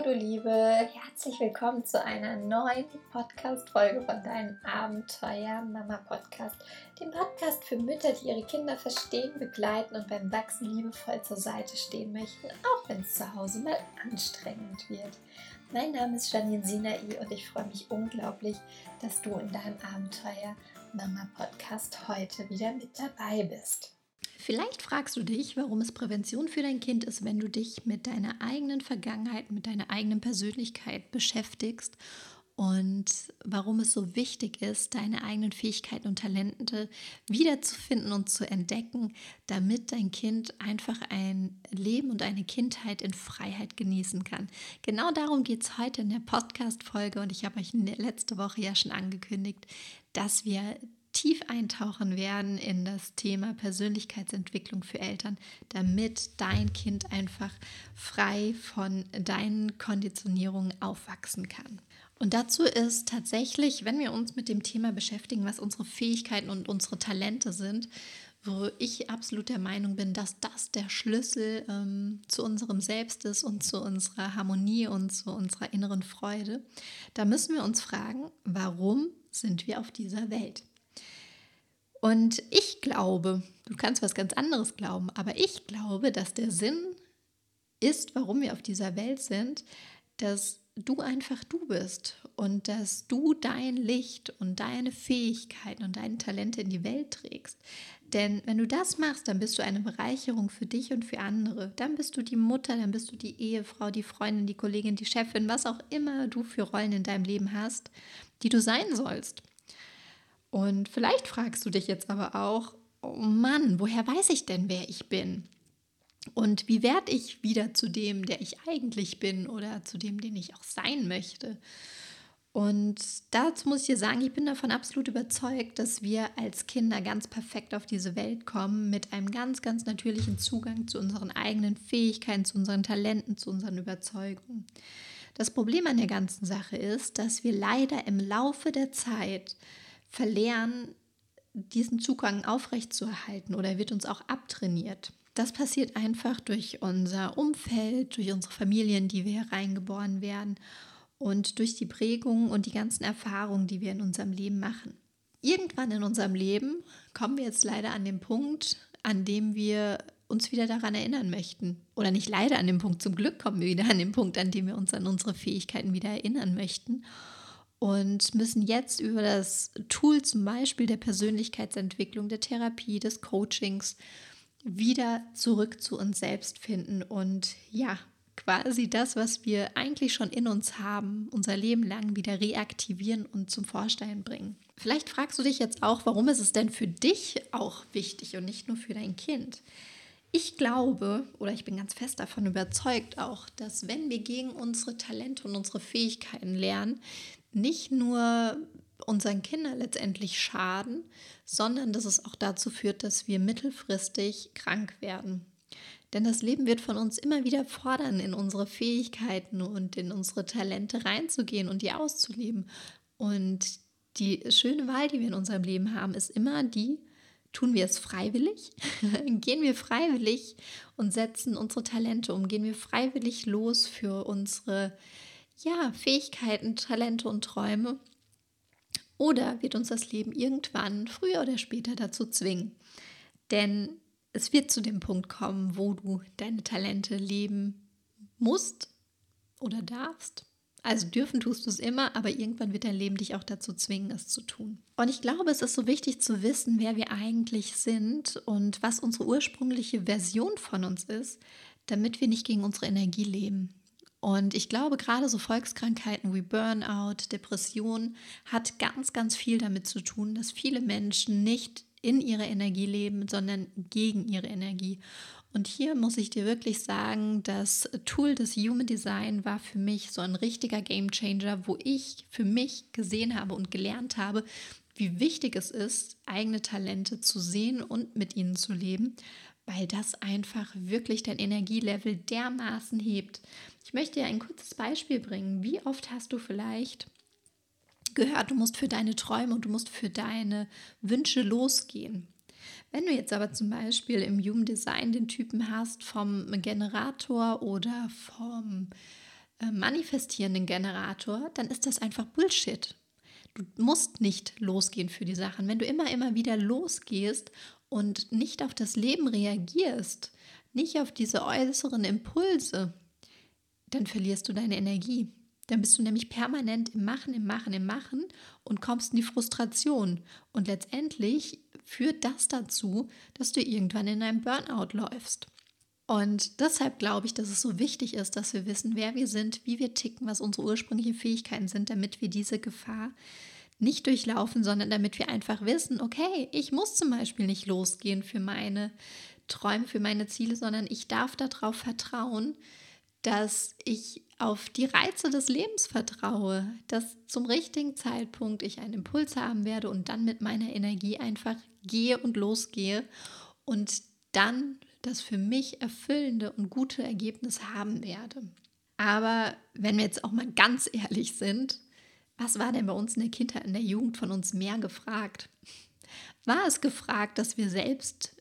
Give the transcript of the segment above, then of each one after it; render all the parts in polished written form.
du Liebe, herzlich willkommen zu einer neuen Podcast-Folge von deinem Abenteuer-Mama-Podcast, dem Podcast für Mütter, die ihre Kinder verstehen, begleiten und beim Wachsen liebevoll zur Seite stehen möchten, auch wenn es zu Hause mal anstrengend wird. Mein Name ist Janine Sinai und ich freue mich unglaublich, dass du in deinem Abenteuer-Mama-Podcast heute wieder mit dabei bist. Vielleicht fragst du dich, warum es Prävention für dein Kind ist, wenn du dich mit deiner eigenen Vergangenheit, mit deiner eigenen Persönlichkeit beschäftigst und warum es so wichtig ist, deine eigenen Fähigkeiten und Talente wiederzufinden und zu entdecken, damit dein Kind einfach ein Leben und eine Kindheit in Freiheit genießen kann. Genau darum geht es heute in der Podcast-Folge und ich habe euch letzte Woche ja schon angekündigt, dass wir tief eintauchen werden in das Thema Persönlichkeitsentwicklung für Eltern, damit dein Kind einfach frei von deinen Konditionierungen aufwachsen kann. Und dazu ist tatsächlich, wenn wir uns mit dem Thema beschäftigen, was unsere Fähigkeiten und unsere Talente sind, wo ich absolut der Meinung bin, dass das der Schlüssel zu unserem Selbst ist und zu unserer Harmonie und zu unserer inneren Freude, da müssen wir uns fragen, warum sind wir auf dieser Welt? Und ich glaube, du kannst was ganz anderes glauben, aber ich glaube, dass der Sinn ist, warum wir auf dieser Welt sind, dass du einfach du bist und dass du dein Licht und deine Fähigkeiten und deine Talente in die Welt trägst. Denn wenn du das machst, dann bist du eine Bereicherung für dich und für andere. Dann bist du die Mutter, dann bist du die Ehefrau, die Freundin, die Kollegin, die Chefin, was auch immer du für Rollen in deinem Leben hast, die du sein sollst. Und vielleicht fragst du dich jetzt aber auch, oh Mann, woher weiß ich denn, wer ich bin? Und wie werde ich wieder zu dem, der ich eigentlich bin oder zu dem, den ich auch sein möchte? Und dazu muss ich dir sagen, ich bin davon absolut überzeugt, dass wir als Kinder ganz perfekt auf diese Welt kommen mit einem ganz, ganz natürlichen Zugang zu unseren eigenen Fähigkeiten, zu unseren Talenten, zu unseren Überzeugungen. Das Problem an der ganzen Sache ist, dass wir leider im Laufe der Zeit verlernen, diesen Zugang aufrechtzuerhalten oder wird uns auch abtrainiert. Das passiert einfach durch unser Umfeld, durch unsere Familien, die wir hereingeboren werden und durch die Prägungen und die ganzen Erfahrungen, die wir in unserem Leben machen. Irgendwann in unserem Leben kommen wir jetzt leider an den Punkt, an dem wir uns wieder daran erinnern möchten. Oder nicht leider an den Punkt, zum Glück kommen wir wieder an den Punkt, an dem wir uns an unsere Fähigkeiten wieder erinnern möchten. Und müssen jetzt über das Tool zum Beispiel der Persönlichkeitsentwicklung, der Therapie, des Coachings wieder zurück zu uns selbst finden und ja, quasi das, was wir eigentlich schon in uns haben, unser Leben lang wieder reaktivieren und zum Vorschein bringen. Vielleicht fragst du dich jetzt auch, warum ist es denn für dich auch wichtig und nicht nur für dein Kind? Ich glaube, oder ich bin ganz fest davon überzeugt auch, dass wenn wir gegen unsere Talente und unsere Fähigkeiten lernen, nicht nur unseren Kindern letztendlich schaden, sondern dass es auch dazu führt, dass wir mittelfristig krank werden. Denn das Leben wird von uns immer wieder fordern, in unsere Fähigkeiten und in unsere Talente reinzugehen und die auszuleben. Und die schöne Wahl, die wir in unserem Leben haben, ist immer die, tun wir es freiwillig? Gehen wir freiwillig und setzen unsere Talente um? Gehen wir freiwillig los für unsere Fähigkeiten, Talente und Träume? Oder wird uns das Leben irgendwann früher oder später dazu zwingen? Denn es wird zu dem Punkt kommen, wo du deine Talente leben musst oder darfst. Also dürfen tust du es immer, aber irgendwann wird dein Leben dich auch dazu zwingen, es zu tun. Und ich glaube, es ist so wichtig zu wissen, wer wir eigentlich sind und was unsere ursprüngliche Version von uns ist, damit wir nicht gegen unsere Energie leben. Und ich glaube, gerade so Volkskrankheiten wie Burnout, Depression hat ganz, ganz viel damit zu tun, dass viele Menschen nicht in ihrer Energie leben, sondern gegen ihre Energie. Und hier muss ich dir wirklich sagen, das Tool des Human Design war für mich so ein richtiger Gamechanger, wo ich für mich gesehen habe und gelernt habe, wie wichtig es ist, eigene Talente zu sehen und mit ihnen zu leben, weil das einfach wirklich dein Energielevel dermaßen hebt. Ich möchte dir ein kurzes Beispiel bringen. Wie oft hast du vielleicht gehört, du musst für deine Träume und du musst für deine Wünsche losgehen? Wenn du jetzt aber zum Beispiel im Human Design den Typen hast vom Generator oder vom manifestierenden Generator, dann ist das einfach Bullshit. Du musst nicht losgehen für die Sachen. Wenn du immer wieder losgehst und nicht auf das Leben reagierst, nicht auf diese äußeren Impulse, dann verlierst du deine Energie. Dann bist du nämlich permanent im Machen und kommst in die Frustration. Und letztendlich führt das dazu, dass du irgendwann in einem Burnout läufst. Und deshalb glaube ich, dass es so wichtig ist, dass wir wissen, wer wir sind, wie wir ticken, was unsere ursprünglichen Fähigkeiten sind, damit wir diese Gefahr nicht durchlaufen, sondern damit wir einfach wissen, okay, ich muss zum Beispiel nicht losgehen für meine Träume, für meine Ziele, sondern ich darf darauf vertrauen, dass ich auf die Reize des Lebens vertraue, dass zum richtigen Zeitpunkt ich einen Impuls haben werde und dann mit meiner Energie einfach gehe und losgehe und dann das für mich erfüllende und gute Ergebnis haben werde. Aber wenn wir jetzt auch mal ganz ehrlich sind, was war denn bei uns in der Kindheit, in der Jugend von uns mehr gefragt? War es gefragt, dass wir selbst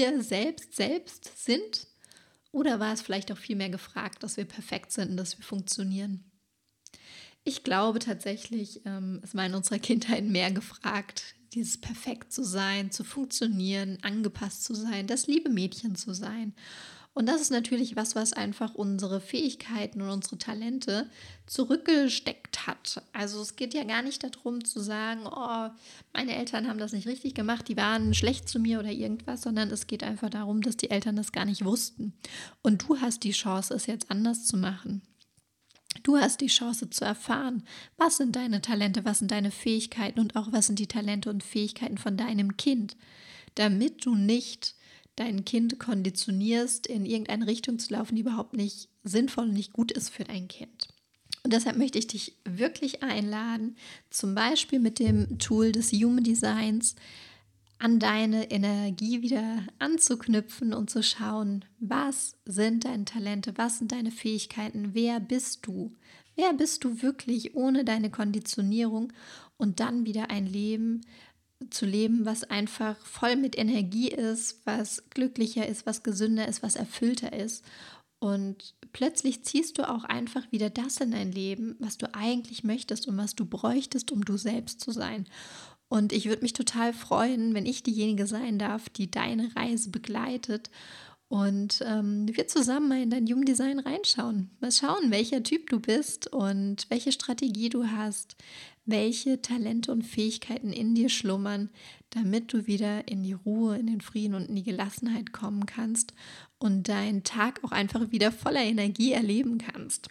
sind? Oder war es vielleicht auch viel mehr gefragt, dass wir perfekt sind und dass wir funktionieren? Ich glaube tatsächlich, es war in unserer Kindheit mehr gefragt, dieses perfekt zu sein, zu funktionieren, angepasst zu sein, das liebe Mädchen zu sein. Und das ist natürlich was einfach unsere Fähigkeiten und unsere Talente zurückgesteckt hat. Also es geht ja gar nicht darum zu sagen, oh, meine Eltern haben das nicht richtig gemacht, die waren schlecht zu mir oder irgendwas, sondern es geht einfach darum, dass die Eltern das gar nicht wussten. Und du hast die Chance, es jetzt anders zu machen. Du hast die Chance zu erfahren, was sind deine Talente, was sind deine Fähigkeiten und auch was sind die Talente und Fähigkeiten von deinem Kind, damit du nicht dein Kind konditionierst, in irgendeine Richtung zu laufen, die überhaupt nicht sinnvoll und nicht gut ist für dein Kind. Und deshalb möchte ich dich wirklich einladen, zum Beispiel mit dem Tool des Human Designs an deine Energie wieder anzuknüpfen und zu schauen, was sind deine Talente, was sind deine Fähigkeiten, wer bist du? Wer bist du wirklich ohne deine Konditionierung und dann wieder ein Leben zu leben, was einfach voll mit Energie ist, was glücklicher ist, was gesünder ist, was erfüllter ist. Und plötzlich ziehst du auch einfach wieder das in dein Leben, was du eigentlich möchtest und was du bräuchtest, um du selbst zu sein. Und ich würde mich total freuen, wenn ich diejenige sein darf, die deine Reise begleitet und wir zusammen mal in dein Human Design reinschauen. Mal schauen, welcher Typ du bist und welche Strategie du hast, welche Talente und Fähigkeiten in dir schlummern, damit du wieder in die Ruhe, in den Frieden und in die Gelassenheit kommen kannst und deinen Tag auch einfach wieder voller Energie erleben kannst.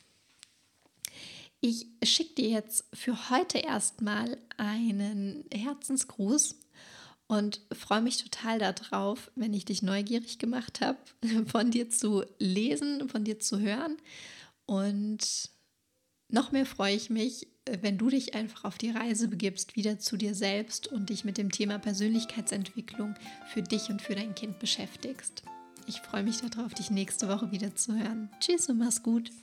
Ich schicke dir jetzt für heute erstmal einen Herzensgruß und freue mich total darauf, wenn ich dich neugierig gemacht habe, von dir zu lesen, von dir zu hören. Und noch mehr freue ich mich, wenn du dich einfach auf die Reise begibst, wieder zu dir selbst und dich mit dem Thema Persönlichkeitsentwicklung für dich und für dein Kind beschäftigst. Ich freue mich darauf, dich nächste Woche wieder zu hören. Tschüss und mach's gut.